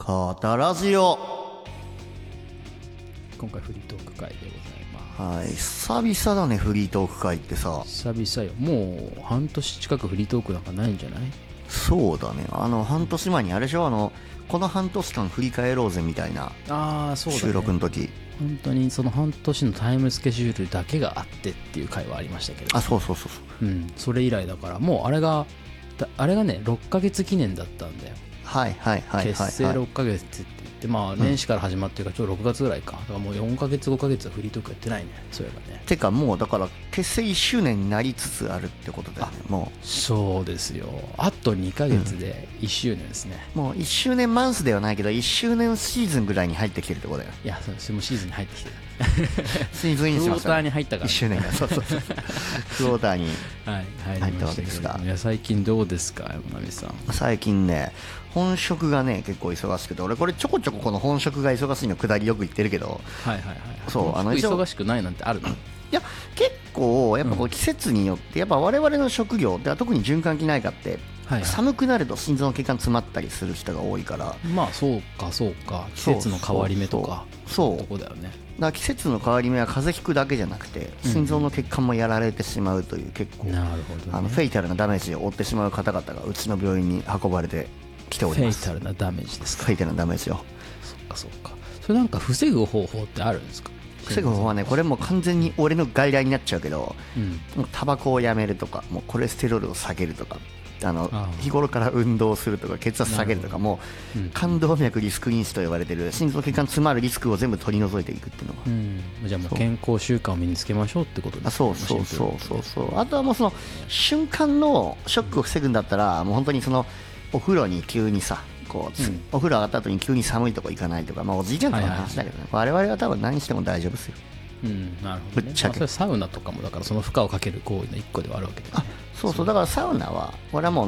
カタラジオ。 今回フリートーク会でございます。 はい、久々だねフリートーク会ってさ。 久々よ。もう半年近くフリートークなんかないんじゃない？ そうだね、半年前にあれでしょ、この半年間振り返ろうぜみたいなそうだね、 収録の時。 本当にその半年のタイムスケジュールだけがあってっていう回はありましたけど、 そう、 それ以来だから、もうあれがね6ヶ月記念だったんだよ。 はい結成6ヶ月って言って、年始から始まってるからちょうど6月ぐらいか。だからもう4ヶ月5ヶ月はフリートークやってないね。そういえばね。 てかもうだから結成1周年になりつつあるってことだよね。もうそうですよ。あと2ヶ月で1周年ですね。 もう1周年マンスではないけど1周年シーズンぐらいに入ってきてるってことだよ。 いや、それもシーズンに入ってきてる。 シーズンインしました、 クォーターに入ったから、 1周年がそうクォーターに入りましたけど、いや最近どうですか山並さん。 最近ね、本職がね結構忙しくて、俺これちょこちょここの本職が忙しいのくだりよく言ってるけど、 そう忙しくないなんてあるの？ いや結構やっぱこう季節によってやっぱ我々の職業では特に循環器内科って寒くなると心臓の血管詰まったりする人が多いから、 そうか季節の変わり目とかそういうとこだよね。 だから季節の変わり目は風邪ひくだけじゃなくて心臓の血管もやられてしまうという、結構なるほど、ね、 フェイタルなダメージを負ってしまう方々がうちの病院に運ばれてきております。 フェイタルなダメージですか？ フェイタルなダメージよ。 そっか。それなんか防ぐ方法ってあるんですか？ 防ぐ方法はね、これもう完全に俺の外来になっちゃうけど、もうタバコをやめるとか、もうコレステロールを下げるとか、日頃から運動するとか血圧下げるとか、もう冠動脈リスク因子と呼ばれてる心臓血管詰まるリスクを全部取り除いていくっていうのが、 じゃあもう健康習慣を身につけましょうってことですね。 そうあとはもうその瞬間のショックを防ぐんだったら、もう本当にそのお風呂に急にさお風呂上がった後に急に寒いとこ行かないとか、おじいちゃんとかの話だけどね、我々は多分何しても大丈夫ですよ。 なるほどね。それサウナとかもだからその負荷をかける行為の一個ではあるわけだよね。 そうだからサウナは俺はもう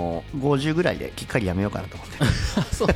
50ぐらいできっかりやめようかなと思ってそう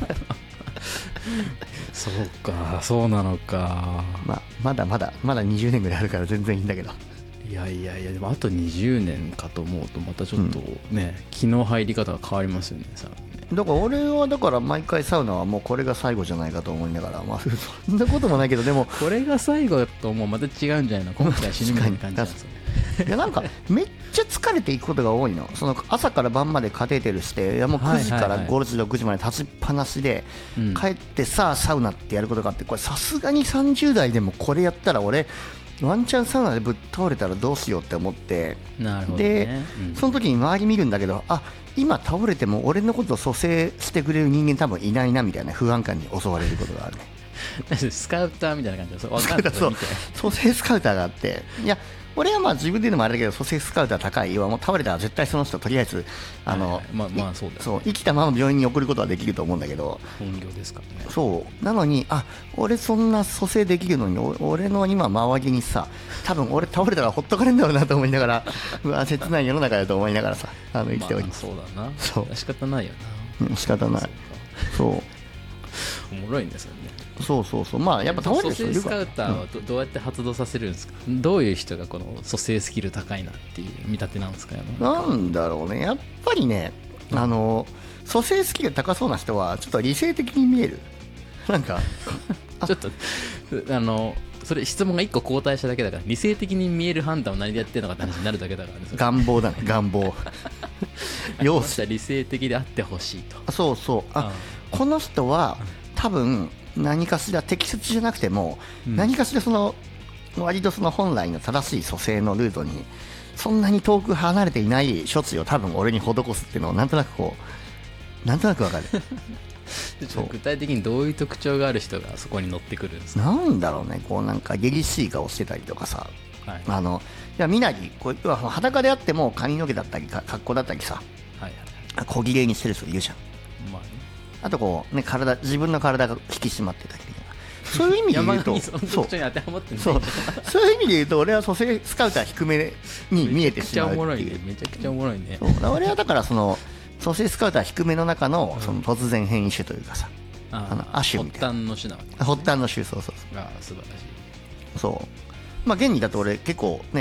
か、そうなのか。 まだ20年ぐらいあるから全然いいんだけど。 いやでもあと20年かと思うとまたちょっとね、気の入り方が変わりますよね。 だから俺は毎回サウナはもうこれが最後じゃないかと思いながら、そんなこともないけど、でもこれが最後だと思うまた違うんじゃないの？今回死ぬみたいな感じなんですよね。 いやなんかめっちゃ疲れていくことが多いの。その朝から晩までカテーテルして、いやもう9時から5時6時まで立ちっぱなしで、帰ってさあサウナってやることがあって、これさすがに30代でもこれやったら俺ワンチャンサウナでぶっ倒れたらどうしようって思って、 なるほどでね、 その時に周り見るんだけど、今倒れても俺のことを蘇生してくれる人間多分いないなみたいな不安感に襲われることがあるね。 スカウターみたいな感じで、分かんない。 そう蘇生スカウターがあって、いや俺は自分で言うのもあれだけど、蘇生スカウター高い。要はもう倒れたら絶対その人とりあえずそう生きたまま病院に送ることはできると思うんだけど、 本業ですからね。 そうなのに俺そんな蘇生できるのに、俺の今周りにさ、多分俺倒れたらほっとかれんだろうなと思いながらうわ切ない世の中だと思いながらさ生きております。 そうだな。そう仕方ないよな。仕方ない。そうおもろいんですよね。 そうやっぱ倒れる人いるから。 蘇生スカウターはどうやって発動させるんですか？どういう人がこの蘇生スキル高いなっていう見立てなんですか？ なんだろうね、やっぱりね、蘇生スキル高そうな人はちょっと理性的に見える。なんかちょっとそれ質問が1個交代しただけだから、理性的に見える判断を何でやってるのかって話になるだけだからね。 願望だね、願望。 要するに理性的であってほしいと。 そうこの人は多分何かしら適切じゃなくても、何かしら割とその本来の正しい蘇生のルートにそんなに遠く離れていない処置を多分俺に施すっていうのをなんとなくわかる。 具体的にどういう特徴がある人がそこに乗ってくるんですか？ なんだろうね、なんか凛々しい顔してたりとかさ、いや身なり裸であっても髪の毛だったり格好だったりさ、小綺麗にしてる人いるじゃん。あと自分の体が引き締まってたりとか、そういう意味で言うとそういう意味で言うと俺は蘇生スカウター低めに見えてしまうっていう。 めちゃくちゃおもろいね。 俺はだから蘇生スカウター低めの中の突然変異種というかさ、亜種みたいな。 発端の種なわけ。 発端の種、そう。 素晴らしい。 現にだと俺結構ね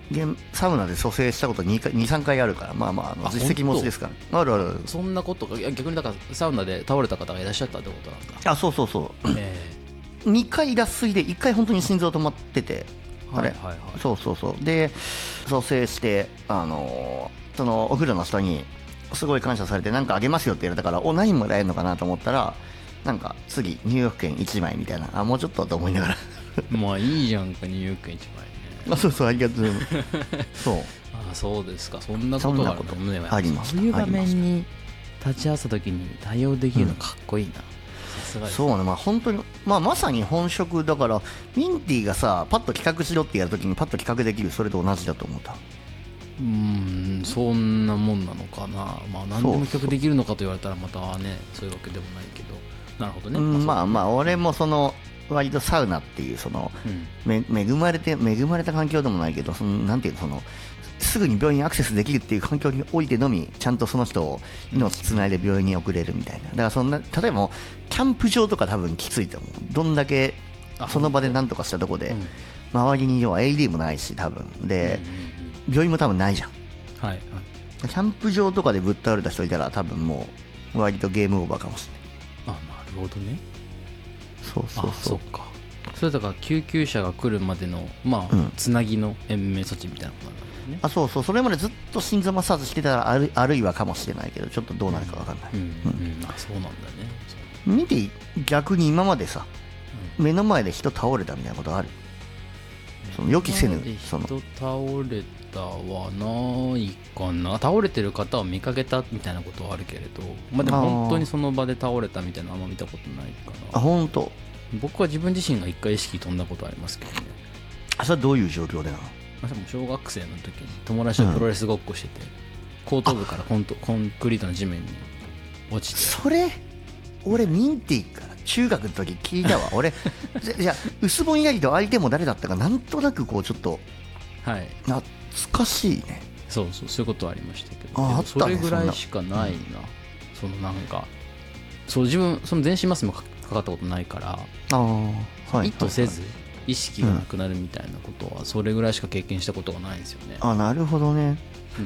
サウナで蘇生したこと2、3回あるから、まあまあ実績持ちですから、あるある。 そんなことか。逆にだからサウナで倒れた方がいらっしゃったってことなんだ。 そうそうそう、2回脱水で1回本当に心臓止まってて、そうそうそう、で蘇生して、そのお風呂の人にすごい感謝されて、なんかあげますよって言われたから、何もらえるのかなと思ったら、なんか次入浴券1枚みたいな、もうちょっとと思いながらまあいいじゃんか、入浴券1枚ね。 そうそう、ありがとうございますそうそうですか。そんなことがあります。 そういう場面に立ち会った時に対応できるのかっこいいな、さすがです。 そうね、まあ本当に、まさに本職だから、ミンティがさパッと企画しろってやるときにパッと企画できる、それと同じだと思った。 そんなもんなのかな。まあ何でも企画できるのかと言われたらまたね、そういうわけでもないけど、なるほどね。 まあ俺もその割とサウナっていうその、恵まれた環境でもないけど、そのなんていうの、そのすぐに病院にアクセスできるっていう環境においてのみ、ちゃんとその人を命つないで病院に送れるみたいな。だからそんな、例えばキャンプ場とか多分きついと思う。どんだけその場で何とかしたとこで、周りに要は AED もないし多分で、病院も多分ないじゃん。キャンプ場とかでぶっ倒れた人いたら多分もう割とゲームオーバーかもしれない。 なるほどね。 そうか。それだから救急車が来るまでのつなぎの延命措置みたいなことなんだね。 そうそう、それまでずっと心臓マッサージしてたらあるいはかもしれないけど、ちょっとどうなるか分かんない。 そうなんだね。 見て、逆に今までさ、目の前で人倒れたみたいなことある？その予期せぬ人倒れたはないかな。倒れてる方を見かけたみたいなことはあるけれど、でも本当にその場で倒れたみたいなのあんま見たことないかな。 本当？ 僕は自分自身が一回意識飛んだことありますけどね。 それはどういう状況でなの？ 小学生の時に友達とプロレスごっこしてて、後頭部からコンクリートの地面に落ちて。それ俺ミンティから中学の時聞いたわ俺じゃ薄ぼんやりと相手も誰だったかなんとなくこうちょっと懐かしいね。 そういうことはありましたけど、それぐらいしかないな。そのなんか自分その全身麻酔もかかったことないから、意図せず意識がなくなるみたいなことはそれぐらいしか経験したことがないんですよね。 なるほどね。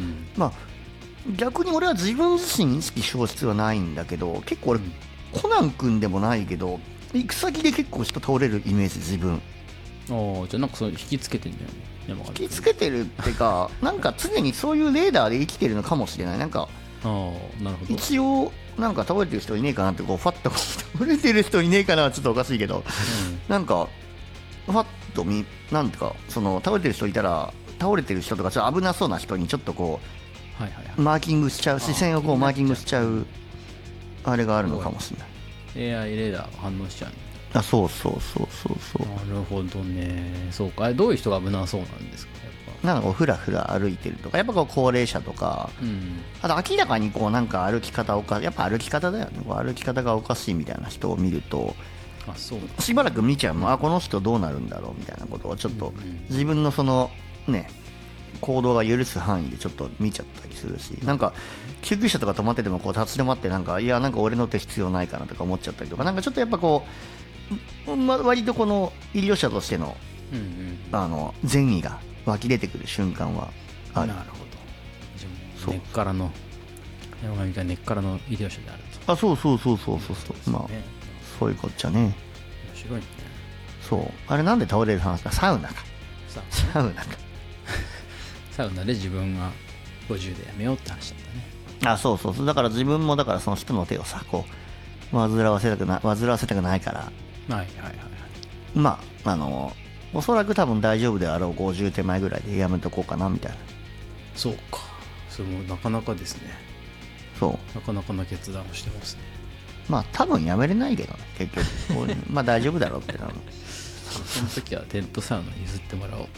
逆に俺は自分自身意識消失はないんだけど、結構俺、コナン君でもないけど行く先で結構人倒れるイメージ自分。 じゃあなんかそれ引きつけてんじゃん。 引きつけてるってかなんか常にそういうレーダーで生きてるのかもしれない。なんかなるほど。 一応なんか倒れてる人いねえかなってこうファッと倒れてる人いねえかなはちょっとおかしいけど、なんかファッとなんてかその倒れてる人いたら倒れてる人とかちょっと危なそうな人にちょっとこうマーキングしちゃう、視線をこうマーキングしちゃうあれがあるのかもしれない。 AI レーダー反応しちゃう。 そうなるほどね。そうか。どういう人が危なそうなんですか？やっぱなんかこうふらふら歩いてるとか、やっぱこう高齢者とか、あと明らかにこうなんか歩き方やっぱ歩き方だよね。こう歩き方がおかしいみたいな人を見るとしばらく見ちゃうもん。この人どうなるんだろうみたいなことをちょっと自分のそのね行動が許す範囲でちょっと見ちゃったりするし、なんか救急車とか止まっててもこう立ち止まってなんか俺の手必要ないかなとか思っちゃったりとか、なんかちょっとやっぱこう割とこの医療者としての善意が湧き出てくる瞬間はある。 なるほど。根っからの山上が根っからの医療者であると。そうそういうこっちゃね。 面白いね。 あれなんで倒れる話だ？サウナか。 サウナで自分が50でやめようって話だったね。 そうだから自分もだからその人の手をさこう煩わせたくないから、おそらく多分大丈夫であろう50手前ぐらいでやめとこうかなみたいな。 そうか。それもなかなかですね。なかなかな決断をしてますね。 多分やめれないけどね結局大丈夫だろうってなるその時はテントサウナ譲ってもらおう。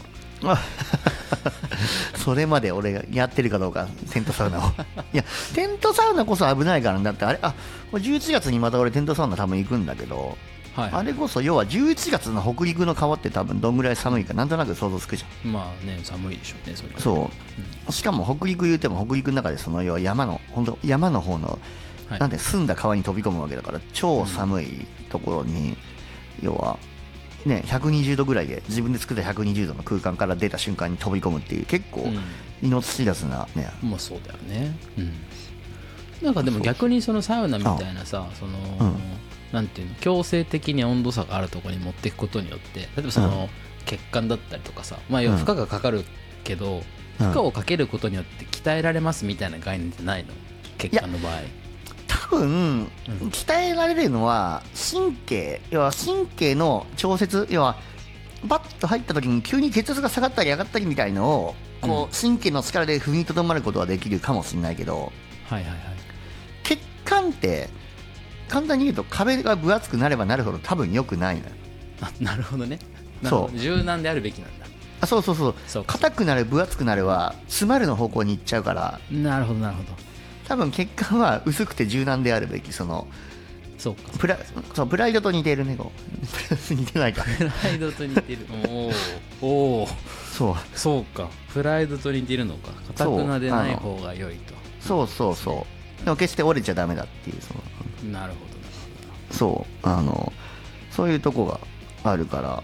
それまで俺がやってるかどうかテントサウナをいやテントサウナこそ危ないからだって11月にまた俺テントサウナ多分行くんだけど、あれこそ要は11月の北陸の川って多分どんぐらい寒いかなんとなく想像つくじゃん。 寒いでしょうねそれは。 しかも北陸言うても北陸の中でその要は山の方のなんで澄んだ川に飛び込むわけだから超寒いところに要はね、120度ぐらいで自分で作った120度の空間から出た瞬間に飛び込むっていう結構命知らずなね、 まあそうだよね、なんかでも逆にそのサウナみたいなさ、その、なんていうの、強制的に温度差があるところに持っていくことによって、例えばその血管だったりとかさ、まあ要は負荷がかかるけど、負荷をかけることによって鍛えられますみたいな概念ってないの？血管の場合。 多分、鍛えられるのは神経、要は神経の調節、要はバッと入った時に急に血圧が下がったり上がったりみたいのをこう神経の力で踏みとどまることはできるかもしれないけど、血管って簡単に言うと壁が分厚くなればなるほど多分良くないのよ。 なるほどね。 そう柔軟であるべきなんだ。 そう硬くなる分厚くなるは詰まるの方向に行っちゃうから。 なるほど多分血管は薄くて柔軟であるべき、そのそうか、 プライドと似てるね。似てないか。 プライドと似てる。おおそうか、プライドと似てるのか。硬くなでない方が良いと。そうでも決して折れちゃダメだっていう、そのなるほどそういうとこがあるから、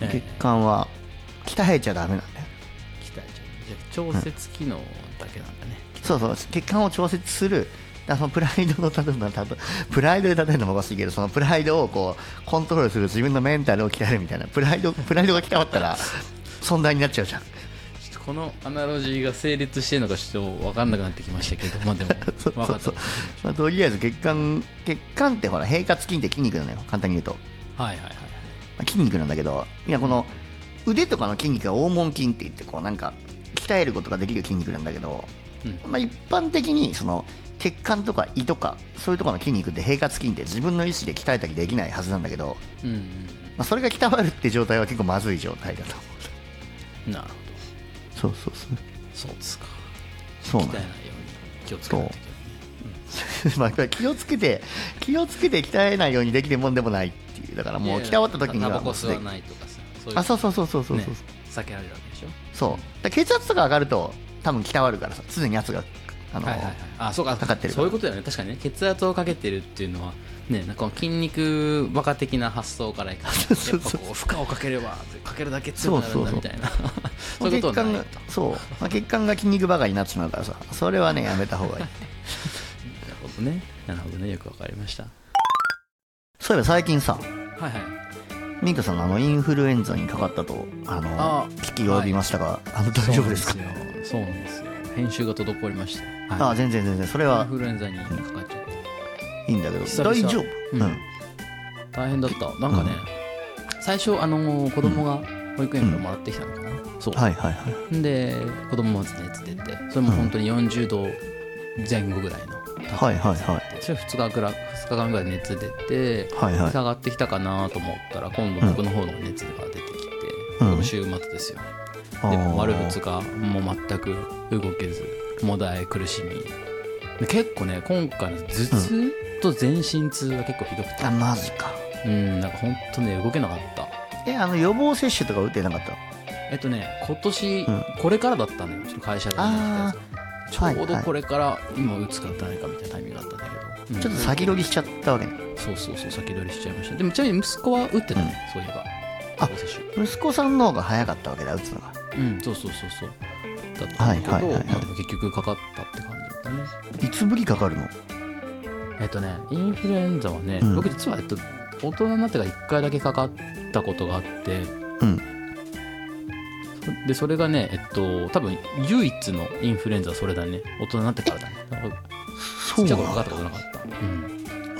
血管は鍛えちゃダメなんだよ。 鍛えちゃう。じゃあ調節機能だけなんだね。 血管を調節する。そのプライドのプライドで例えるのもおかしいけど、そのプライドをこうコントロールする自分のメンタルを鍛えるみたいな、プライドが鍛わったら存在になっちゃうじゃん。 このアナロジーが成立してるのかちょっと分かんなくなってきましたけど、まあでも分かった。 とりあえず血管ってほら平滑筋って筋肉なのよ、簡単に言うと。筋肉なんだけど、いやこの腕とかの筋肉が黄門筋って言って、こうなんか鍛えることができる筋肉なんだけど、まあ一般的にその血管とか胃とかそういうところの筋肉って平滑筋って自分の意思で鍛えたりできないはずなんだけど、まあ、それが鍛わるって状態は結構まずい状態だと思う。 なるほど。 そうですか。 鍛えないように気をつけないといけない。 まあ気をつけて鍛えないようにできるもんでもないっていう。だからもう鍛わった時にはタバコ吸わないとかさ、 そう避けられるわけでしょ。 そう血圧とか上がると多分鍛わるからさ、常に圧がそうか、 かかってる。 そういうことだよね。確かにね、血圧をかけてるっていうのはね、なんか筋肉バカ的な発想からいかない。やっぱこう負荷をかければかけるだけ強くなるんだみたいな。そういうことはないと。 血管が筋肉バカになってしまうからさ、それはねやめた方がいい。 なるほどね、よくわかりました。 そういえば最近さ、ミカさんインフルエンザにかかったと聞き及びましたが、大丈夫ですか？ そうなんですよ。編集が滞りました。 全然それはインフルエンザにかかっちゃっていいんだけど、大丈夫？ 大変だった。なんかね、最初子供が保育園からもらってきたのかな。そうで子供まず熱出て、それも本当に40度前後ぐらいの、それ2日間ぐらい熱出て、下がってきたかなと思ったら、今度僕の方の熱が出てきて、この週末ですよ。で丸2日もう全く動けず、もだえ苦しみ、結構ね今回の頭痛と全身痛が結構ひどくて、 マジか。 なんか本当ね動けなかった。 予防接種とか打ってなかった？ 今年、これからだったのよ。ちょっと会社でちょうどこれから今打つか打たないかみたいなタイミングだったんだけど、 ちょっと先取りしちゃったわけね。 そう先取りしちゃいました。でもちなみに息子は打ってたね、そういえば。 息子さんの方が早かったわけだ、打つのが。 そうだったんだけど、結局かかったって感じだったね。 いつぶりかかるの？ インフルエンザはね、僕実は大人になってから1回だけかかったことがあって、でそれがね多分唯一のインフルエンザはそれだね。大人になってからだね。ちっちゃい頃かかったことなかった。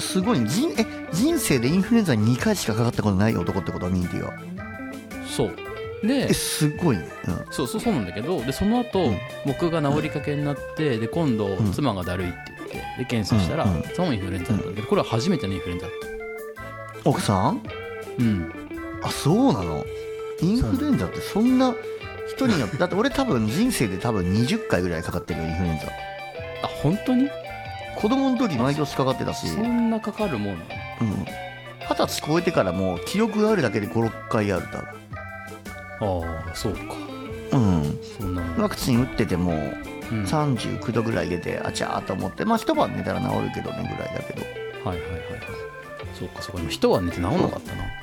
すごい。人生でインフルエンザに2回しかかかったことない男ってことはミンティは。 そうですごいね。 そうなんだけど、でその後、僕が治りかけになって、で今度妻がだるいって言ってで検査したら、そのインフルエンザだったんだけど、これは初めてのインフルエンザだった。 奥さん？そうなの？インフルエンザってそんな人によってだって俺多分人生で20回ぐらいかかってるよ、インフルエンザ。 本当に？ 子供の時毎年かかってたし。 そんなかかるもんなの ？20歳超えてからもう記憶があるだけで5、6回ある。多分。 そうか。そんなワクチン打ってても39度ぐらい出てあちゃーと思って、一晩寝たら治るけどねぐらいだけど。 そうか。でも一晩寝て治んなかったな。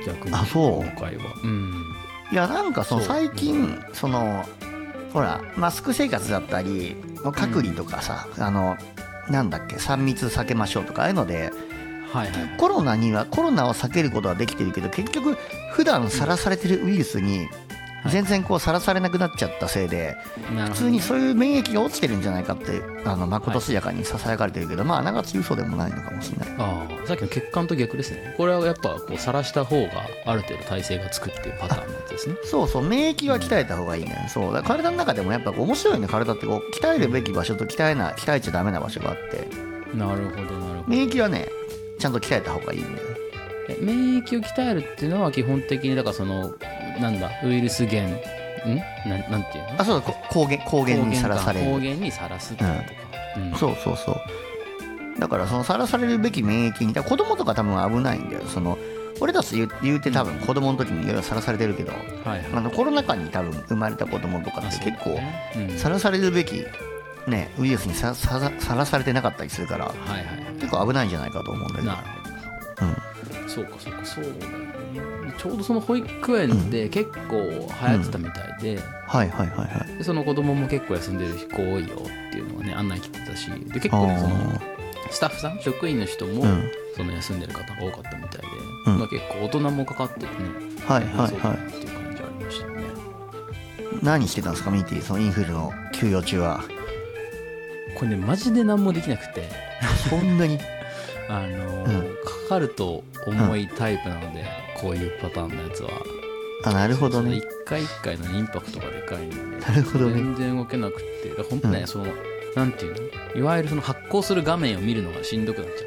逆に。 あ、そう。 今回は。 いやなんか最近ほらマスク生活だったり隔離とかさ、なんだっけ3密避けましょうとかああいうので、コロナを避けることはできてるけど結局普段さらされてるウイルスに全然さらされなくなっちゃったせいで、普通にそういう免疫が落ちてるんじゃないかってまことしやかにささやかれてるけど、まあ長嘘でもないのかもしれない。 さっきの血管と逆ですね。これはやっぱさらした方がある程度耐性がつくっていうパターンのやつですね。 そうそう、免疫は鍛えた方がいいね。そうだ、体の中でもやっぱ面白いね。体って鍛えるべき場所と鍛えちゃダメな場所があって、 なるほど免疫はねちゃんと鍛えた方がいいんだよ。 免疫を鍛えるっていうのは基本的にだからなんだウイルス源なんていうの？ そうだ、抗原にさらされる。 抗原にさらすってことか。 そうそうそう。だからさらされるべき免疫に子供とか多分危ないんだよ。俺たち言うて多分子供の時にいろいろさらされてるけど、コロナ禍に多分生まれた子供とかって結構さらされるべきねウイルスにさらされてなかったりするから、結構危ないんじゃないかと思うんだけど。 なるほど。そうかそうか、そうだよね。ちょうど保育園で結構流行ってたみたいで、でその子供も結構休んでる子多いよっていうのはね案内来てたし、で結構ねスタッフさん職員の人も休んでる方が多かったみたいで、まあ、結構大人もかかっててね、そうっていう感じありましたよね。 何してたんですかミーティー、インフルの休養中は。 これねマジで何もできなくてそんなにかかると重いタイプなので、こういうパターンのやつは。 なるほどね。 一回一回のインパクトがでかいんで、 なるほどね、 全然動けなくて、本当ね、なんていうの、いわゆる発光する画面を見るのがしんどくなっちゃって。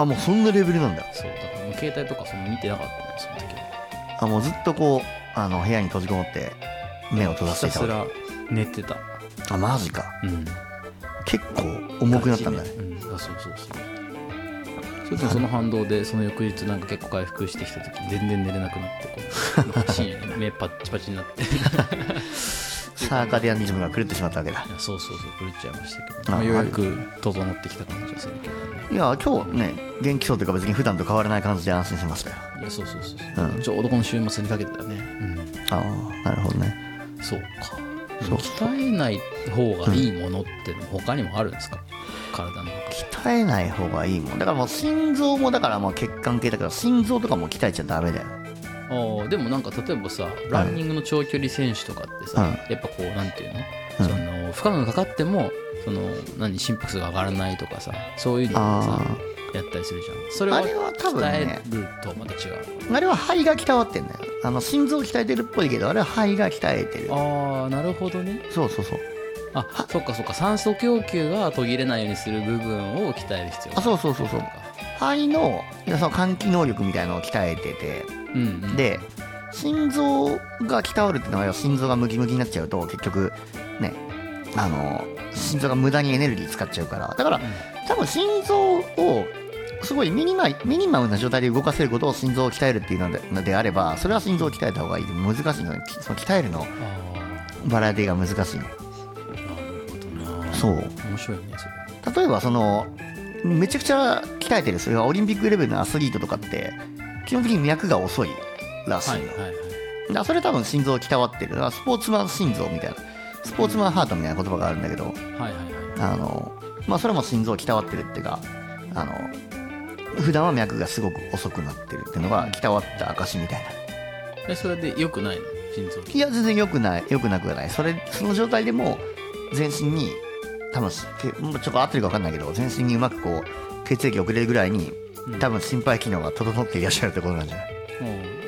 もうそんなレベルなんだ。 そうだからもう携帯とか見てなかったね、その時は。もうずっと部屋に閉じこもって目を閉ざしていた。 ひたすら寝てた。 マジか。結構重くなったんだね。 そうその反動でその翌日なんか結構回復してきた時全然寝れなくなって深夜に目パッチパチになってサーカディアンリズムが狂ってしまったわけだ。 そう狂っちゃいましたけど、ようやく整ってきた感じがするけどね。 いや今日ね元気そうというか別に普段と変わらない感じで安心しましたよ。 いやそう、ちょうどこの週末にかけてたね。 なるほどね。 そうか。鍛えない方がいいものって他にもあるんですか？体の鍛えない方がいいもんだから、もう心臓もだから血管系だから心臓とかも鍛えちゃダメだよ。 でもなんか例えばさランニングの長距離選手とかってさ、やっぱなんていうの、負荷がかかっても心拍数が上がらないとかさ、そういうのをさやったりするじゃん。それは鍛えるとまた違う。 あれは肺が鍛わってんだよ。心臓鍛えてるっぽいけどあれは肺が鍛えてる。 なるほどね。 そうそっか酸素供給が途切れないようにする部分を鍛える必要がある。 そう肺の換気能力みたいなのを鍛えてて、で心臓が鍛わるっていうのは心臓がムキムキになっちゃうと結局ね心臓が無駄にエネルギー使っちゃうから、だから、多分心臓をすごいミニマムな状態で動かせることを心臓を鍛えるっていうのであれば、それは心臓を鍛えた方がいい。難しいのに鍛えるのバラエティが難しいの。そう面白いねそれ。例えばめちゃくちゃ鍛えてるそれはオリンピックレベルのアスリートとかって基本的に脈が遅いらしいの。だそれ多分心臓鍛わってる。スポーツマン心臓みたいな、スポーツマンハートみたいな言葉があるんだけど、それも心臓鍛わってるっていうか、普段は脈がすごく遅くなってるっていうのが鍛わった証みたいな。それで良くないの心臓？ いや全然良くなくはない。その状態でも全身に多分ちょっと合ってるか分かんないけど全身にうまく血液を送れるぐらいに多分心肺機能が整っていらっしゃるってことなんじゃない？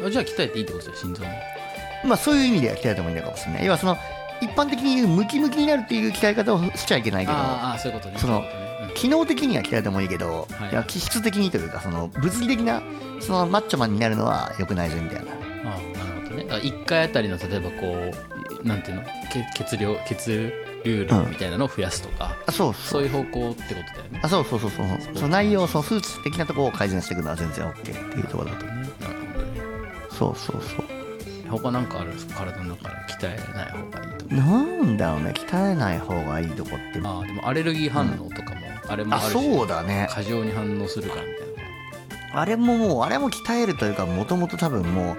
じゃあ鍛えていいってことですよ心臓も。 そういう意味では鍛えてもいいのかもしれない。要は一般的に言うムキムキになるっていう鍛え方をしちゃいけないけど、 そういうことね。 機能的には鍛えてもいいけど、気質的にというか物理的なマッチョマンになるのは良くないぞみたいな。 なるほどね。1回あたりの例えばなんていうの血流量みたいなのを増やすとか、そういう方向ってことだよね。 そう内容数値的なところを改善していくのは全然 OK っていうところだと。 なるほどね。 そう他なんかあるんですか？体の中で鍛えない方がいいとこ。 なんだろうね、鍛えない方がいいとこって。 でもアレルギー反応とかも、あれもあるし、 そうだね。 過剰に反応するからみたいあれも鍛えるというか、もともと多分もう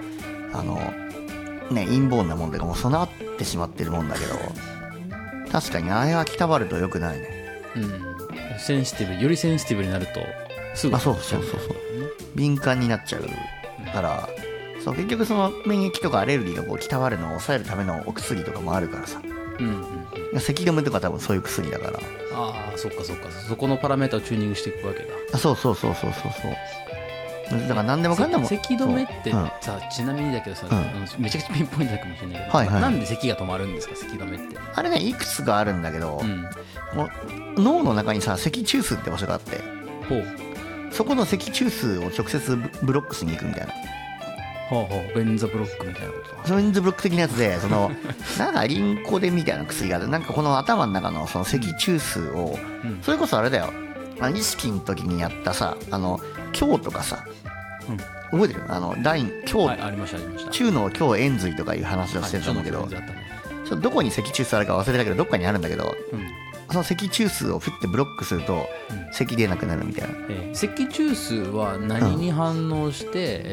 陰謀なもんでもう備わってしまってるもんだけど、確かにあれは鍛わると良くないね。 よりセンシティブになるとすぐ、 そう敏感になっちゃうから、そう結局その免疫とかアレルギーがこう鍛わるのを抑えるためのお薬とかもあるからさ、咳止めとか多分そういう薬だから。 そっかそこのパラメータをチューニングしていくわけだ。 そうだから何でもかんでも咳止めってさ、ちなみにだけどさ、めちゃくちゃピンポイントだかもしれないけど、なんで咳が止まるんですか、咳止めって。 あれね、いくつかあるんだけど、脳の中にさ、脊中枢って場所があって、そこの脊中枢を直接ブロックしに行くみたいな。 ベンザブロックみたいなこと。ベンザブロック的なやつで、なんかリンコデみたいな薬がある。なんかこの頭の中のその脊中枢を、それこそあれだよ、意識の時にやったさ、強とかさ、覚えてる？強、 ありました。 中の強円髄とかいう話をしてたんだけど、どこに脊中枢あるか忘れたけど、どっかにあるんだけど、その脊中枢をフィッてブロックすると咳出なくなるみたいな。 脊中枢は何に反応して、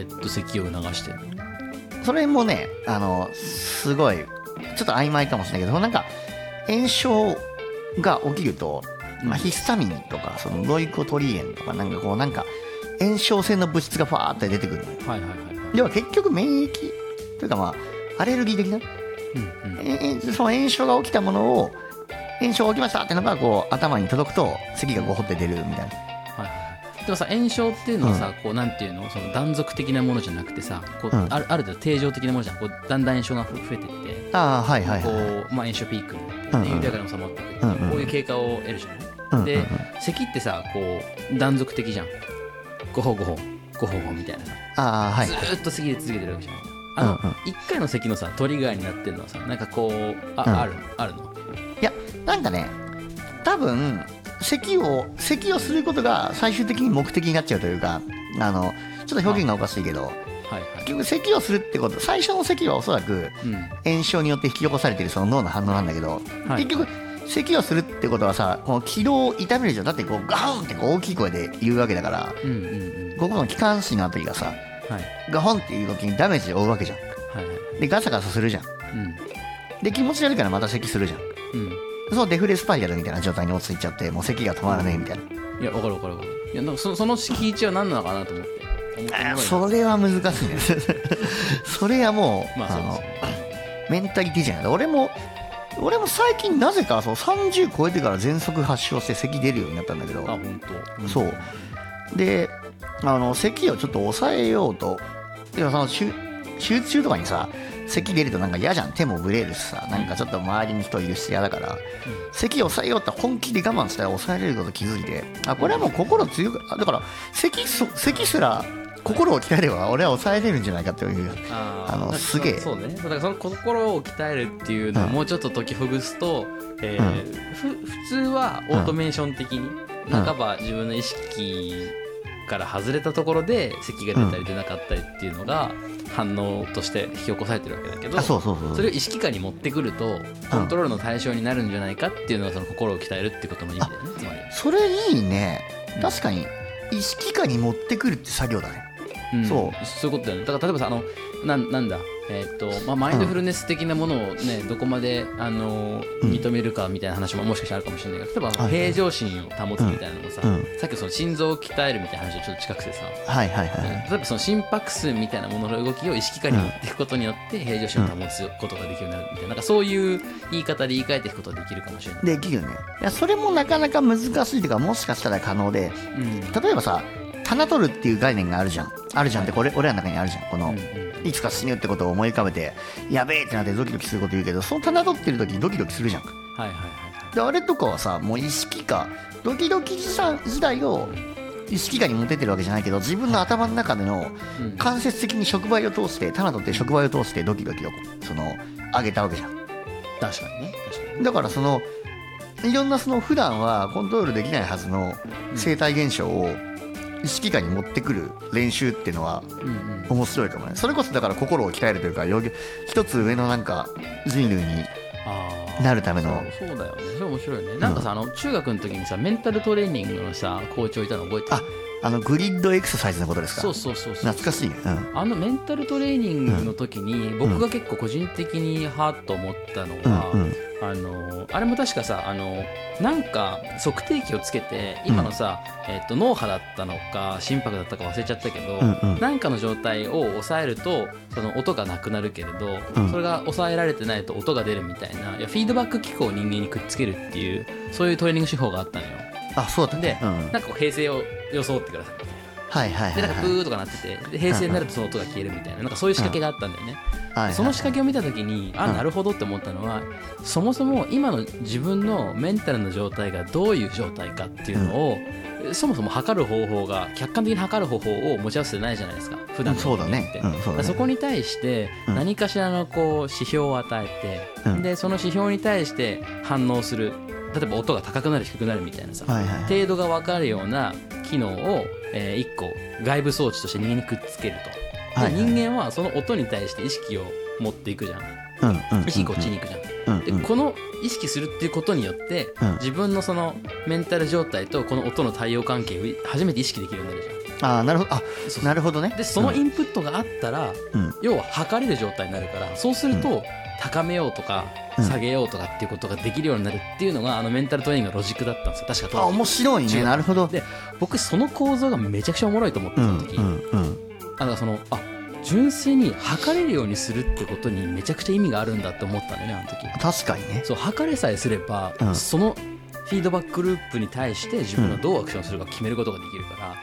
咳を促してるの？ それもね、すごいちょっと曖昧かもしれないけど、なんか炎症が起きると、ヒスタミンとかそのロイコトリエンとかなんか炎症性の物質がファーって出てくるの。では結局免疫というかアレルギー的な、その炎症が起きたものを、炎症が起きましたってのがこう頭に届くと咳がこうほって出るみたいな。 でもさ、炎症っていうのはさ、こうなんていうの、その断続的なものじゃなくてさ、こうある程度定常的なものじゃん。こうだんだん炎症が増えていって、こう炎症ピークになって、緩やかに収まっていく、こういう経過を得るじゃない。で、咳ってさ、こう断続的じゃん。ごほみたいなさ、ずっと咳で続けてるわけじゃない。一回の咳のさトリガーになってるのはさ、なんかこうあるの？ いや、なんかね、多分咳をすることが最終的に目的になっちゃうというか、ちょっと表現がおかしいけど、結局咳をするってこと、最初の咳はおそらく炎症によって引き起こされているその脳の反応なんだけど、結局咳をするってことはさ、この気道を痛めるじゃん。だってこうガーンってこう大きい声で言うわけだから、ここの気管支のあたりがさ、ガホンっていう時にダメージを負うわけじゃん。でガサガサするじゃん。で気持ち悪いからまた咳するじゃん。そのデフレスパイラルみたいな状態に陥っちゃって、もう咳が止まらねえみたいな。 いや、分かる。いや、なんかその敷地は何なのかなと思って。 それは難しいね。それはもう、メンタリティじゃない。俺も最近なぜか30超えてから喘息発症して咳出るようになったんだけど。 本当。 そう。で、咳をちょっと抑えようと。でも手術中とかにさ、咳出るとなんか嫌じゃん。手もブレるしさ、なんかちょっと周りに人いるし嫌だから、咳を抑えようって本気で我慢したら抑えれること気づいて、これはもう心強く、だから咳すら心を鍛えれば俺は抑えれるんじゃないかっていう、すげえ。 そうね。だからその心を鍛えるっていうのをもうちょっと解きほぐすと、普通はオートメーション的に、半ば自分の意識から外れたところで咳が出たり出なかったりっていうのが反応として引き起こされてるわけだけど、それを意識下に持ってくるとコントロールの対象になるんじゃないかっていうのがその心を鍛えるってことの意味だよね。つまりそれいいね。確かに意識下に持ってくるって作業だね。 そういうことだよね。だから例えばさ、なんだマインドフルネス的なものをね、どこまで認めるかみたいな話ももしかしたらあるかもしれないけど、例えば平常心を保つみたいなのもさ、さっきその心臓を鍛えるみたいな話とちょっと近くてさ、例えばその心拍数みたいなものの動きを意識下に持っていくことによって平常心を保つことができるようになるみたいな、なんかそういう言い方で言い換えていくことができるかもしれない。 できるよね。いや、それもなかなか難しいというか、もしかしたら可能で、例えばさ、棚取るっていう概念があるじゃんって俺らの中にあるじゃん。このいつか死ぬってことを思い浮かべてやべえってなってドキドキすること言うけど、その棚取ってる時ドキドキするじゃん。であれとかはさ、もう意識下、ドキドキ時代を意識下に持ってってるわけじゃないけど、自分の頭の中での間接的に触媒を通して、棚取って触媒を通してドキドキを上げたわけじゃん。 確かにね。 だからいろんな普段はコントロールできないはずの生態現象を意識下に持ってくる練習っていうのは面白いかもね。それこそだから心を鍛えるというか、一つ上のなんか人類になるための。 そうだよね。それ面白いね。なんかさ、中学の時にさ、メンタルトレーニングのさコーチをいたの覚えてる？ グリッドエクササイズのことですか。 そう懐かしいね、 メンタルトレーニングの時に僕が結構個人的にはっと思ったのは、あれも確かさなんか測定器をつけて今のさ、脳波だったのか心拍だったか忘れちゃったけど、なんかの状態を抑えるとその音がなくなるけれど、それが抑えられてないと音が出るみたいな、いやフィードバック機構を人間にくっつけるっていうそういうトレーニング手法があったのよ。 あ、そうだね。 で、なんかこう平静を装ってくださいみたいな。でなんかブーとかなってて、で平静になるとその音が消えるみたいな、なんかそういう仕掛けがあったんだよね。その仕掛けを見た時になるほどって思ったのは、そもそも今の自分のメンタルの状態がどういう状態かっていうのを、そもそも測る方法が客観的に測る方法を持ち合わせてないじゃないですか普段の人間って。そこに対して何かしらのこう指標を与えて、でその指標に対して反応する、例えば音が高くなる低くなるみたいなさ、程度が分かるような機能を1個外部装置として人間にくっつけると。で人間はその音に対して意識を持っていくじゃん。意識こっちに行くじゃん。でこの意識するっていうことによって自分のそのメンタル状態とこの音の対応関係を初めて意識できるようになるじゃん。 なるほど。なるほどね。 でそのインプットがあったら、要は測れる状態になるから、そうすると高めようとか下げようとかっていうことができるようになるっていうのがメンタルトレーニングのロジックだったんですよ確か。 面白いね。なるほど。 で僕その構造がめちゃくちゃおもろいと思ってその時、だからその純粋に測れるようにするってことにめちゃくちゃ意味があるんだって思ったんだよねあの時。 確かにね。 そう測れさえすれば、そのフィードバックループに対して自分がどうアクションするか決めることができるから、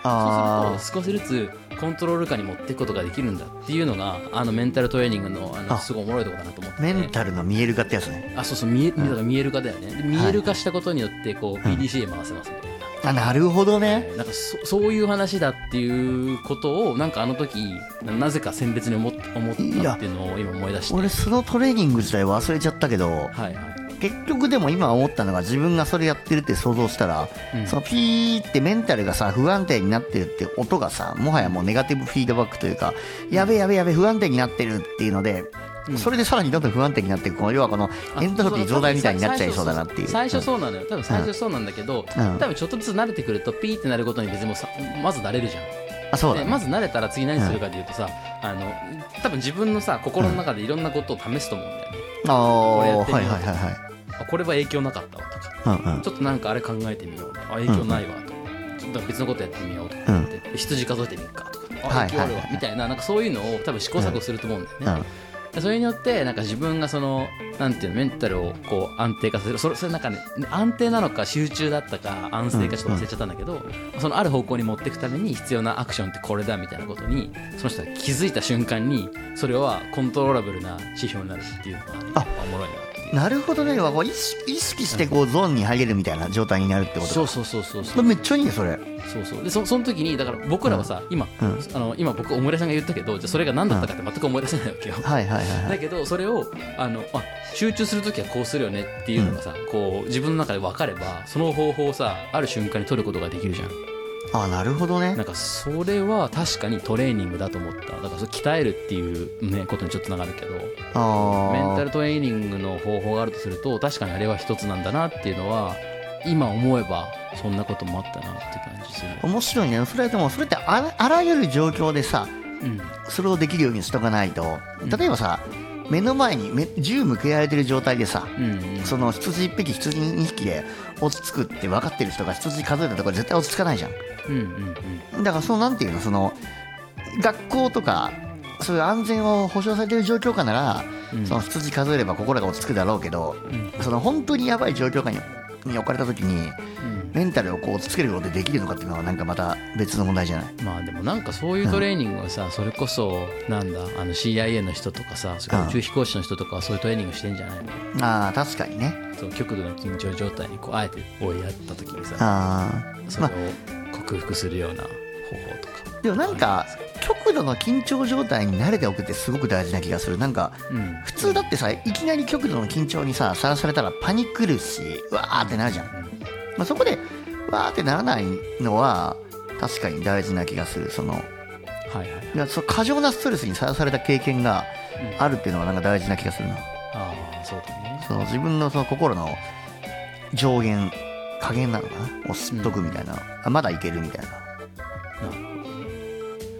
そうすると少しずつコントロール下に持っていくことができるんだっていうのがメンタルトレーニングのすごいおもろいところだなと思って、 メンタルの見える化ってやつね。 そう見える化だよね。で見える化したことによってこう PDCA 回せますみたいな。 なるほどね。 なんかそういう話だっていうことをなんかあの時なぜか鮮烈に思ったっていうのを今思い出して。 俺そのトレーニング自体忘れちゃったけど、結局でも今思ったのが、自分がそれやってるって想像したら、そのピーってメンタルがさ不安定になってるって音がさ、もはやもうネガティブフィードバックというか、やべ不安定になってるっていうので、それでさらにどんどん不安定になっていく、要はこのエントロピー増大みたいになっちゃいそうだなっていう。 最初そうなのよ。多分最初そうなんだけど、多分ちょっとずつ慣れてくるとピーってなることに別にもまず慣れるじゃん。 そうだね。 まず慣れたら次何するかでいうとさ、多分自分のさ心の中でいろんなことを試すと思うんだよね。これやってみようとか、これは影響なかったわとか、ちょっとなんかあれ考えてみよう、影響ないわとか、ちょっと別のことやってみようとかって、羊数えてみるかとか、影響あるわみたいな、なんかそういうのを多分試行錯誤すると思うんだよね。それによってなんか自分がそのなんていうのメンタルをこう安定化する、それなんかね、安定なのか集中だったか安静かちょっと忘れちゃったんだけど、そのある方向に持っていくために必要なアクションってこれだみたいなことにその人が気づいた瞬間に、それはコントローラブルな指標になるっていうのがおもろいな。 なるほどね。意識してこうゾーンに入れるみたいな状態になるってことか。そうめっちゃいいねそれ。 でその時にだから僕らはさ、今僕思い出さんが言ったけど、じゃあそれが何だったかって全く思い出せないわけよ。だけどそれを集中する時はこうするよねっていうのがさ、こう自分の中で分かれば、その方法をさある瞬間に取ることができるじゃん。 なるほどね。 なんかそれは確かにトレーニングだと思った。だからそれ鍛えるっていうねことにちょっとつながるけど、メンタルトレーニングの方法があるとすると、確かにあれは一つなんだなっていうのは今思えばそんなこともあったなって感じする。 面白いね。それってあらゆる状況でさ、それをできるようにしとかないと、例えばさ、目の前に銃向けられてる状態でさ、その羊1匹羊2匹で落ち着くって分かってる人が羊数えたところで絶対落ち着かないじゃん。だからなんていうの、その学校とかそういう安全を保障されてる状況下なら、その羊数えれば心が落ち着くだろうけど、その本当にやばい状況下に置かれた時に、メンタルをこう落ち着けることでできるのかっていうのはなんかまた別の問題じゃない。 まあでもなんかそういうトレーニングはさ、それこそなんだCIA の人とかさ、それから宇宙飛行士の人とかはそういうトレーニングしてんじゃないの。 確かにね。 そう極度の緊張状態にこうあえて追いやった時にさ、それを克服するような方法とか。 でもなんか極度の緊張状態に慣れておくってすごく大事な気がする。なんか普通だってさ、いきなり極度の緊張にさらされたらパニクるし、わーってなるじゃん。そこでわーってならないのは確かに大事な気がする。その過剰なストレスにさらされた経験があるっていうのはなんか大事な気がするな。 そうだね。 その自分のその心の上限加減なのかなを知っとくみたいな、まだいけるみたいな。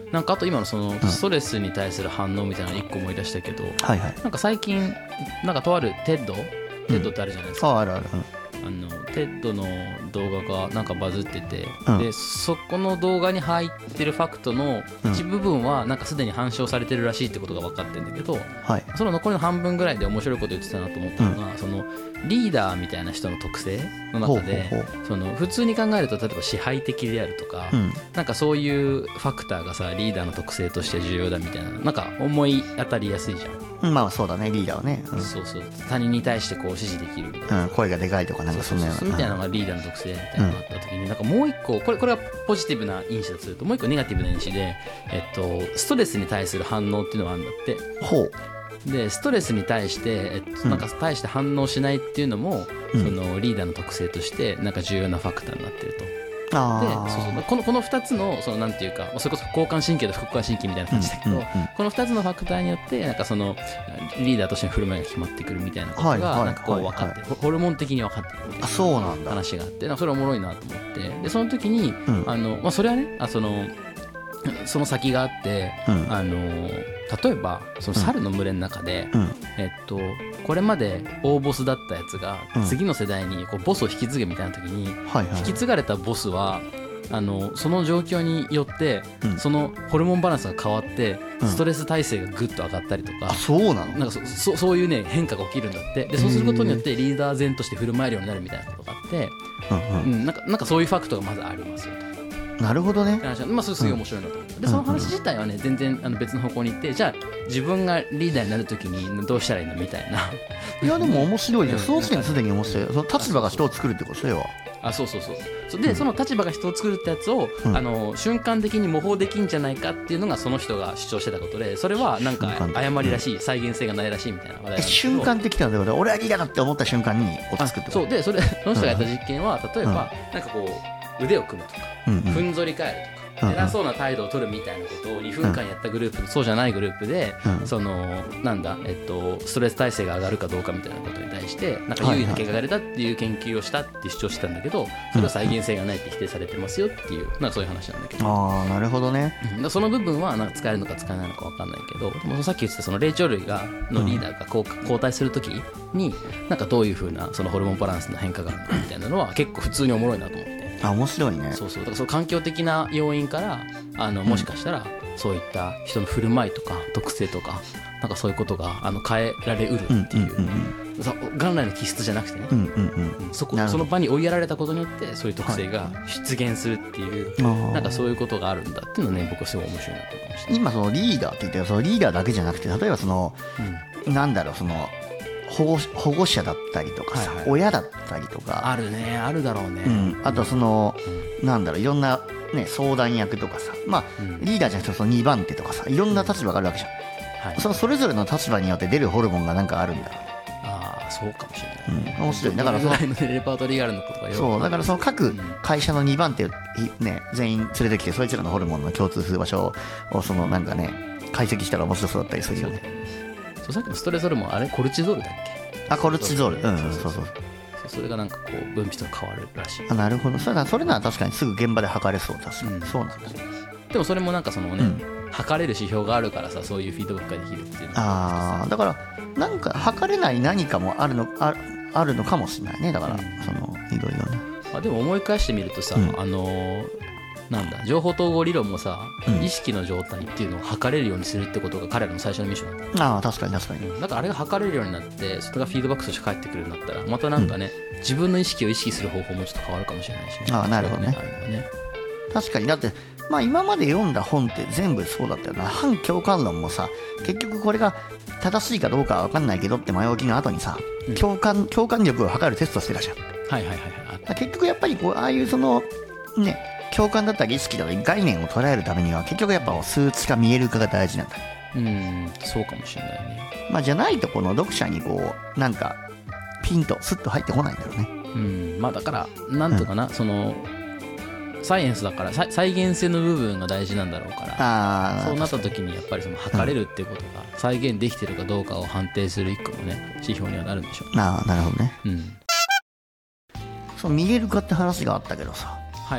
なんかあと今のそのストレスに対する反応みたいなの1個思い出したけど、なんか最近なんかとあるテッドってあるじゃないですか。 あるある。 テッドの動画がなんかバズってて、でそこの動画に入ってるファクトの一部分はなんかすでに反証されてるらしいってことが分かってるんだけど、その残りの半分ぐらいで面白いこと言ってたなと思ったのが、そのリーダーみたいな人の特性の中で、その普通に考えると例えば支配的であるとか、なんかそういうファクターがさリーダーの特性として重要だみたいな、なんか思い当たりやすいじゃん。 まあそうだね、リーダーはね。 そうそう、他人に対してこう指示できるみたいな、 声がでかいとかなんかそんなようなみたいなのがリーダーの特性みたいなのがあった時に、なんかもう一個これはポジティブな因子だとすると、もう一個ネガティブな因子で、ストレスに対する反応っていうのがあるんだって。でストレスに対して、なんか対して反応しないっていうのも、そのリーダーの特性としてなんか重要なファクターになってると。でこの2つのそのなんていうか、それこそ交感神経と副交感神経みたいな感じだけど、この2つのファクターによってなんかそのリーダーとしての振る舞いが決まってくるみたいなことがなんかこう分かってる、ホルモン的に分かってるみたいな話があって、それおもろいなと思って、でその時にそれはねその先があって、例えばその猿の群れの中で、これまで大ボスだったやつが次の世代にこうボスを引き継ぐみたいな時に、引き継がれたボスはその状況によってそのホルモンバランスが変わってストレス耐性がぐっと上がったりとか、なんかそういうね変化が起きるんだって。でそうすることによってリーダー前として振る舞えるようになるみたいなことがあって、なんかそういうファクトがまずありますよと。 なるほどね。 それすごい面白いなと思って、でその話自体はね全然別の方向に行って、じゃあ自分がリーダーになるときにどうしたらいいのみたいな。 いやでも面白いじゃん。その時点ですでに面白い。その立場が人を作るってことだよ。 そうでその立場が人を作るってやつを、瞬間的に模倣できんじゃないかっていうのがその人が主張してたことで、それはなんか誤りらしい、再現性がないらしいみたいな話題なんですけど、 瞬間的なので俺はリーダーだって思った瞬間に作ってそうでその人がやった実験は、例えばなんかこう腕を組むとか、ふんぞり返るとか、偉そうな態度を取るみたいなことを2分間やったグループとそうじゃないグループで、そのなんだストレス耐性が上がるかどうかみたいなことに対してなんか有意な結果が出たっていう研究をしたって主張してたんだけど、それは再現性がないって否定されてますよっていう、なんかそういう話なんだけど。 なるほどね。 その部分はなんか使えるのか使えないのか分かんないけど、でもさっき言ってたその霊長類のリーダーが交代するときになんかどういう風なそのホルモンバランスの変化があるのかみたいなのは結構普通におもろいなと思って。 面白いね。 だからその環境的な要因からもしかしたらそういった人の振る舞いとか特性とかなんかそういうことが変えられうるっていう、元来の気質じゃなくてね、その場に追いやられたことによってそういう特性が出現するっていう、なんかそういうことがあるんだっていうのをね、僕はすごい面白いなと思いました。 今そのリーダーって言ったらそのリーダーだけじゃなくて、例えばその、なんだろう、その保護者だったりとかさ、親だったりとかあるね、あるだろうね、 あとその、なんだろう、いろんな、ね、相談役とかさ、リーダーじゃなくてその2番手とかさ、いろんな立場があるわけじゃん、それぞれの立場によって出るホルモンがなんかあるんだろうね。 そうかもしれない、 面白い。だからそのレパートリーがあるのことがそうだからその各会社の2番手を、ね、全員連れてきてそいつらのホルモンの共通する場所をそのなんかね解析したら面白そうだったりするよね。 さっきのストレスホルモン、あれコルチゾールだっけ？ コルチゾール、 それがなんかこう分泌が変わるらしい。 なるほど。それなら確かにすぐ現場で測れそう。確かに、そうなんだ。 でもそれもなんかそのね、測れる指標があるからさ、そういうフィードバックができるっていうのだからなんか測れない何かもあるのかもしれないね。だからそのいろいろね。 でも思い返してみるとさ、なんだ情報統合理論もさ、意識の状態っていうのを測れるようにするってことが彼らの最初のミッションだった。 確かにだからあれが測れるようになってそれがフィードバックとして返ってくるんだったらまたなんかね、自分の意識を意識する方法もちょっと変わるかもしれないしね。 なるほどね。確かに。だって今まで読んだ本って全部そうだったよな。反共感論もさ、結局これが正しいかどうかは分かんないけどって前置きの後にさ、共感力を測るテストしてたじゃん。結局やっぱりこうああいうそのね、共感だったり意識だったり概念を捉えるためには結局やっぱ数値化見える化が大事なんだ。 そうかもしれないね。じゃないとこの読者にこうなんかピンとスッと入ってこないんだろうね。 だからなんとかな、そのサイエンスだから再現性の部分が大事なんだろうから、そうなった時にやっぱりその測れるっていうことが再現できてるかどうかを判定する一個のね指標にはなるんでしょう。 なるほどね。その見える化って話があったけどさ、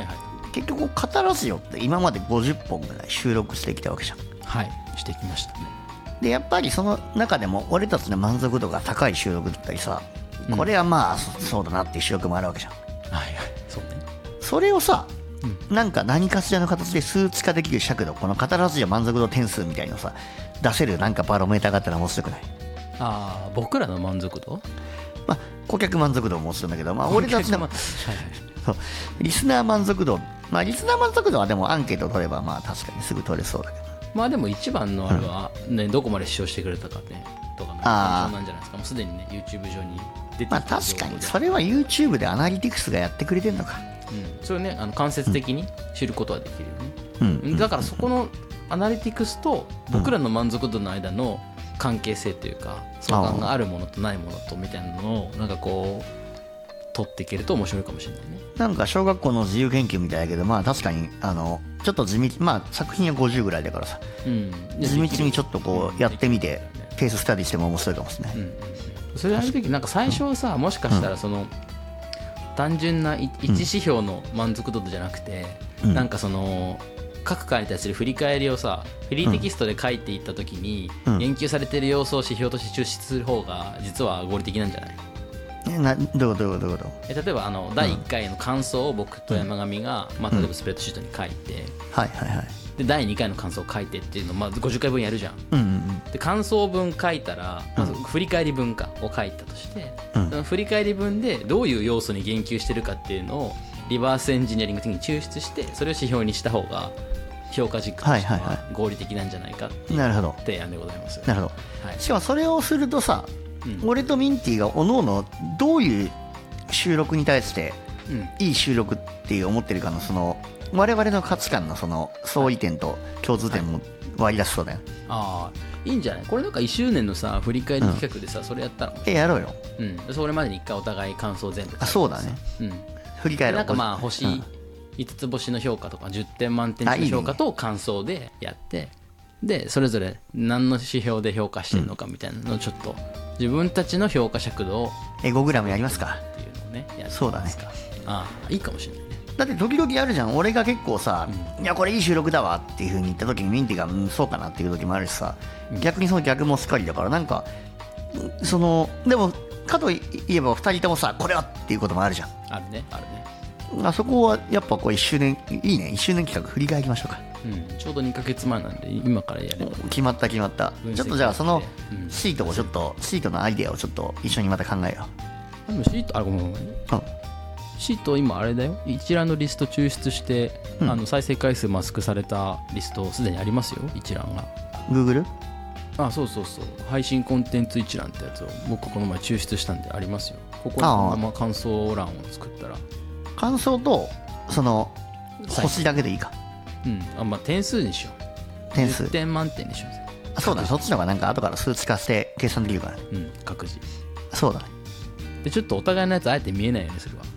結局語らずよって今まで50本ぐらい収録してきたわけじゃん。 はいしてきましたね。 でやっぱりその中でも俺たちの満足度が高い収録だったりさ、これはまあそうだなっていう収録もあるわけじゃん。 はいはいそうね。 それをさ、なんか何かしらの形で数値化できる尺度、この語らずよ満足度点数みたいなのさ出せるなんかバロメーターがあったら面白くない？ ああ僕らの満足度、 まあ顧客満足度ももちろんだけど、まあ俺たちのそうリスナー満足度、まあリスナー満足度はでもアンケートを取ればまあ確かにすぐ取れそうだけど、 まあでも一番のあれはね、どこまで視聴してくれたかねとかね、そうなんじゃないですか。もうすでにね YouTube 上に出てきて、 まあ確かにそれは YouTube でアナリティクスがやってくれてるのか。 それね間接的に知ることはできるよね。だからそこのアナリティクスと僕らの満足度の間の関係性というか、相関があるものとないものとみたいなのをなんかこう取っていけると面白いかもしれないね。 なんか小学校の自由研究みたいだけど、まあ確かにちょっと地道、まあ作品は50ぐらいだからさ、地道にちょっとこうやってみてケーススタディしても面白いかもしれない。 それやるときなんか最初はさ、もしかしたらその単純な一指標の満足度じゃなくて、なんかその各回に対する振り返りをさフリーテキストで書いていったときに、言及されている要素を指標として抽出する方が実は合理的なんじゃない？ どういうこと例えば第1回の感想を僕と山上が、まあ、例えばスプレッドシートに書いて、で第2回の感想を書いてっていうのをまず50回分やるじゃん。で感想文書いたらまず振り返り文を書いたとして、その振り返り文でどういう要素に言及してるかっていうのをリバースエンジニアリング的に抽出してそれを指標にした方が評価軸としては合理的なんじゃないかっていう提案でございます。 なるほど、しかもそれをするとさ、俺とミンティがおのおのどういう収録に対していい収録っていう思ってるかのその我々の価値観のその相違点と共通点も割り出しそうだよ。 ああいいんじゃない？これなんか1周年のさ振り返り企画でさ、それやったらやろうよ。 それまでに1回お互い感想全部そうだね。振り返るなんかまあ星5つ星の評価とか10点満点の評価と感想でやって、でそれぞれ何の指標で評価してるのかみたいなのをちょっと自分たちの評価尺度を 5グラムやりますかっていうのをねやってますか。 そうだね。 いいかもしれないね。 だって時々あるじゃん。俺が結構さ、いやこれいい収録だわっていう風に言った時にミンティがそうかなっていう時もあるしさ、逆にその逆もしっかりだから、なんかそのでもかといえば2人ともさこれはっていうこともあるじゃん。 あるね。 あそこはやっぱこう1周年いいね。1周年企画振り返りましょうか。 ちょうど2ヶ月前なんで今からやれば決まった。ちょっとじゃあそのシートをちょっとシートのアイデアをちょっと一緒にまた考えよう。でもシートごめんシート今あれだよ、一覧のリスト抽出して、再生回数マスクされたリストすでにありますよ。一覧が Google？ そう配信コンテンツ一覧ってやつを僕この前抽出したんでありますよ。ここにそのまま感想欄を作ったら感想とその星だけでいいか。 まあ点数にしよう。点数10点満点にしよう。そうだね。そっちの方がなんか後から数値化して計算できるから。 各自そうだね。 でちょっとお互いのやつあえて見えないようにするわ。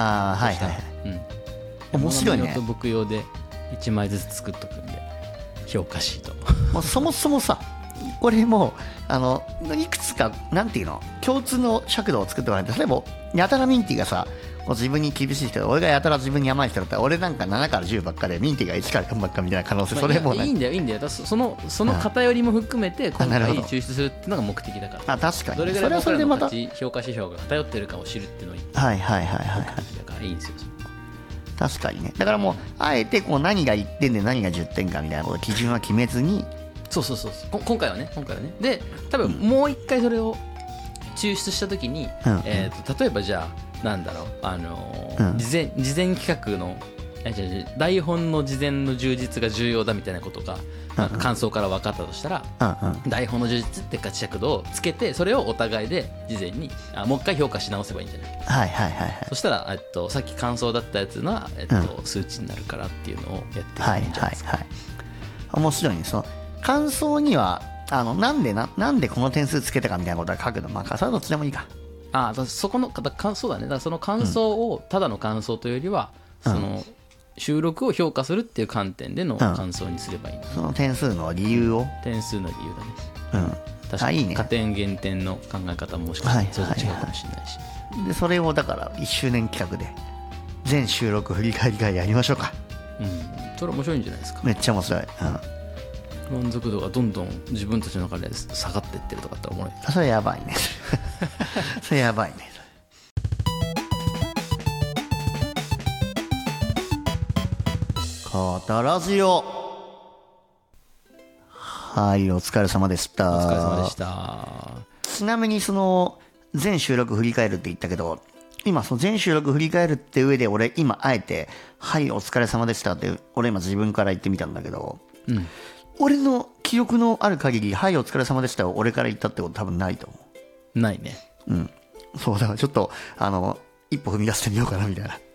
面白いね。と僕用で1枚ずつ作っとくんで評価シートもうそもそもさこれもいくつかなんていうの共通の尺度を作ってもらって、例えばやたらミンティがさこう自分に厳しい人で俺がやたら自分に甘い人だったら俺なんか7から10ばっかでミンティが1から4ばっかみたいな可能性、それもいいんだよ。その偏りも含めて今回抽出するっていうのが目的だから。 確かにどれぐらい僕らの価値評価指標が偏ってるかを知るっていうのをだからいいんですよ。 確かにね。だからもうあえてこう何が1点で何が10点かみたいなこと基準は決めずに、 そう今回はねで多分もう一回それを抽出した時に、例えばじゃあなんだろう事前企画の台本の事前の充実が重要だみたいなことが感想から分かったとしたら、台本の充実って価値尺度をつけてそれをお互いで事前にもう一回評価し直せばいいんじゃない。そしたらさっき感想だったやつの数値になるからっていうのをやっていくんじゃないですか。 面白いね。その感想にはなんでこの点数つけたかみたいなことは書くの、まあそれはどっちでもいいか。 そこのそうだね。だからその感想をただの感想というよりはその収録を評価するっていう観点での感想にすればいい、 その点数の理由を点数の理由だね。確かに加点減点の考え方ももしかしたらそれと違うかもしれないし、 でそれをだから1周年企画で全収録振り返り会やりましょうか。 それ面白いんじゃないですか。 めっちゃ面白い、 満足度がどんどん自分たちの中で下がっていってるとかって思う。 それやばいねそれやばいね。カタラジオ、はい、お疲れ様でした。 お疲れ様でした。 ちなみにその全収録振り返るって言ったけど、今その全収録振り返るって上で俺今あえてはいお疲れ様でしたって俺今自分から言ってみたんだけど、俺の記憶のある限りはいお疲れ様でしたを俺から言ったってこと多分ないと思う。ないね。 そうだからちょっと一歩踏み出してみようかなみたいな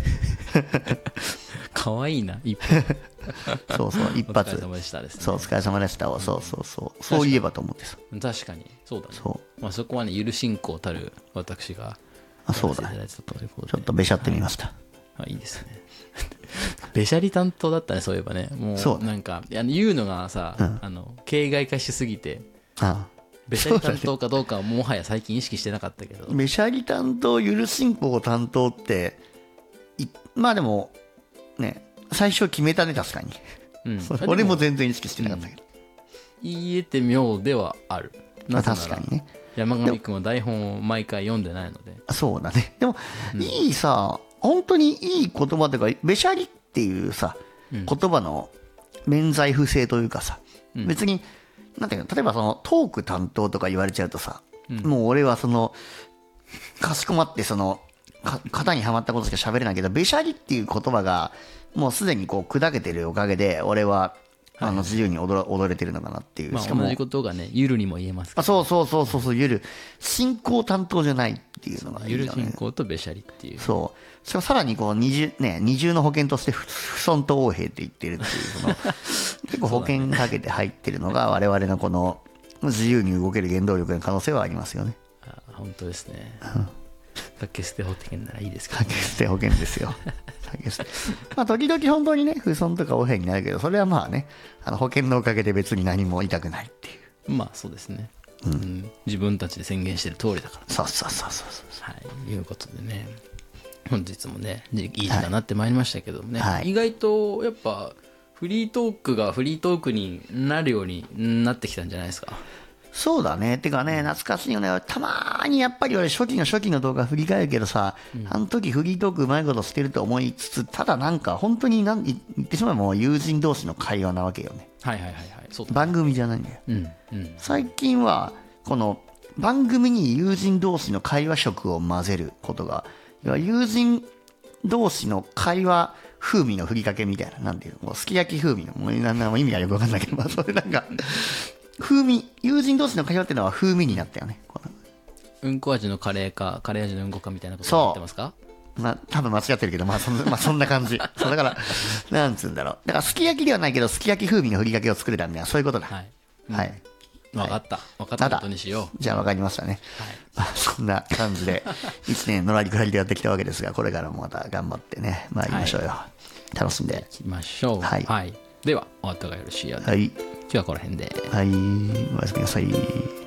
かわいいな、一歩そうそう一発お疲れ様でしたですね。 そうお疲れ様でしたをそう言えばと思ってさ。 確かにそうだね。そこはねゆる進行たる私がそうだ、ちょっとべしゃってみました。 いいですねべしゃり担当だったね、そういえばね。もうなんか言うのがさ、形骸化しすぎてべしゃり担当かどうかはもはや最近意識してなかったけど、 べしゃり担当ゆる進行担当ってまあでもね最初決めたね、確かに、俺も全然意識してなかったけど、 言えて妙ではある。 確かにね。 山上くんは台本を毎回読んでないので。 そうだね。でも、いいさ、本当にいい言葉というかべしゃりっていうさ、言葉の免罪符性というかさ、別になんていうの、例えばそのトーク担当とか言われちゃうとさ、もう俺はそのかしこまってその型にはまったことしか喋れないけど、べしゃりっていう言葉がもうすでにこう砕けてるおかげで俺は自由に踊れてるのかなっていう。 しかも同じことがねゆるにも言えますけど、そうゆる進行担当じゃないっていうのがいいよね。 ゆる進行とべしゃりっていう。 そうしかもさらにこう二重の保険として不損と横柄って言ってるっていうその結構保険かけて入ってるのが我々のこの自由に動ける原動力の可能性はありますよね。 本当ですね。掛け捨て保険ならいいですけど、 掛け捨て保険ですよまあ時々本当にね不損とか横柄になるけど、それはまあね保険のおかげで別に何も痛くないっていう。 まあそうですね、自分たちで宣言してる通りだから、 そうはいいうことでね、本日もねいい時間になってまいりましたけどもね、意外とやっぱフリートークがフリートークになるようになってきたんじゃないですか。 そうだね。てかね、懐かしいよね。たまにやっぱり俺初期の動画振り返るけどさ、あの時フリートークうまいことしてると思いつつ、ただなんか本当に言ってしまえばもう友人同士の会話なわけよね。 そうだね。 番組じゃないんだよ。最近はこの番組に友人同士の会話色を混ぜることが、友人同士の会話風味のふりかけみたいな、なんていうの、すき焼き風味の、もう意味がよくわかんないけど、まあそれなんか風味、友人同士の会話っていうのは風味になったよね。 うんこ味のカレーかカレー味のうんこかみたいなこと言ってますか。 多分間違ってるけど、そんな感じ。そうだからなんつうんだろう。だからすき焼きではないけどすき焼き風味のふりかけを作れたんだよ。そういうことだ。はい。 分かったことにしよう。じゃあ分かりましたね。そんな感じで1年のらりくらりでやってきたわけですが、これからもまた頑張ってね参りましょうよ。楽しんでいきましょう。ではお後がよろしいようで。今日はこの辺で。 おやすみなさい。